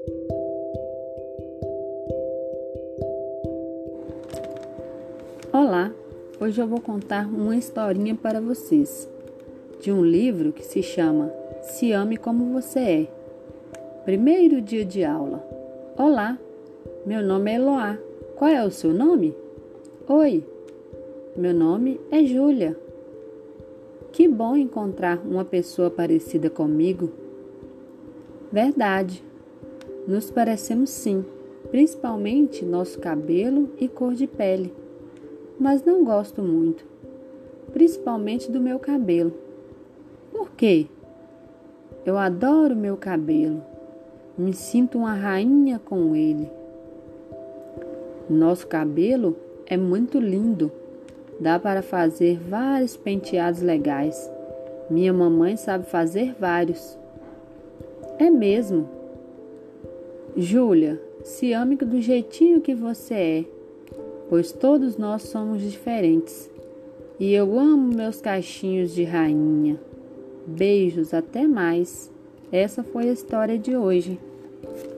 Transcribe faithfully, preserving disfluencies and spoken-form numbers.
Olá, hoje eu vou contar uma historinha para vocês, de um livro que se chama Se Ame Como Você É. Primeiro dia de aula. Olá, meu nome é Eloá. Qual é o seu nome? Oi, meu nome é Júlia. Que bom encontrar uma pessoa parecida comigo. Verdade, nos parecemos sim, principalmente nosso cabelo e cor de pele. Mas não gosto muito, principalmente do meu cabelo. Por quê? Eu adoro meu cabelo, me sinto uma rainha com ele. Nosso cabelo é muito lindo, dá para fazer vários penteados legais. Minha mamãe sabe fazer vários. É mesmo. Júlia, se ame do jeitinho que você é, pois todos nós somos diferentes. E eu amo meus cachinhos de rainha. Beijos, até mais. Essa foi a história de hoje.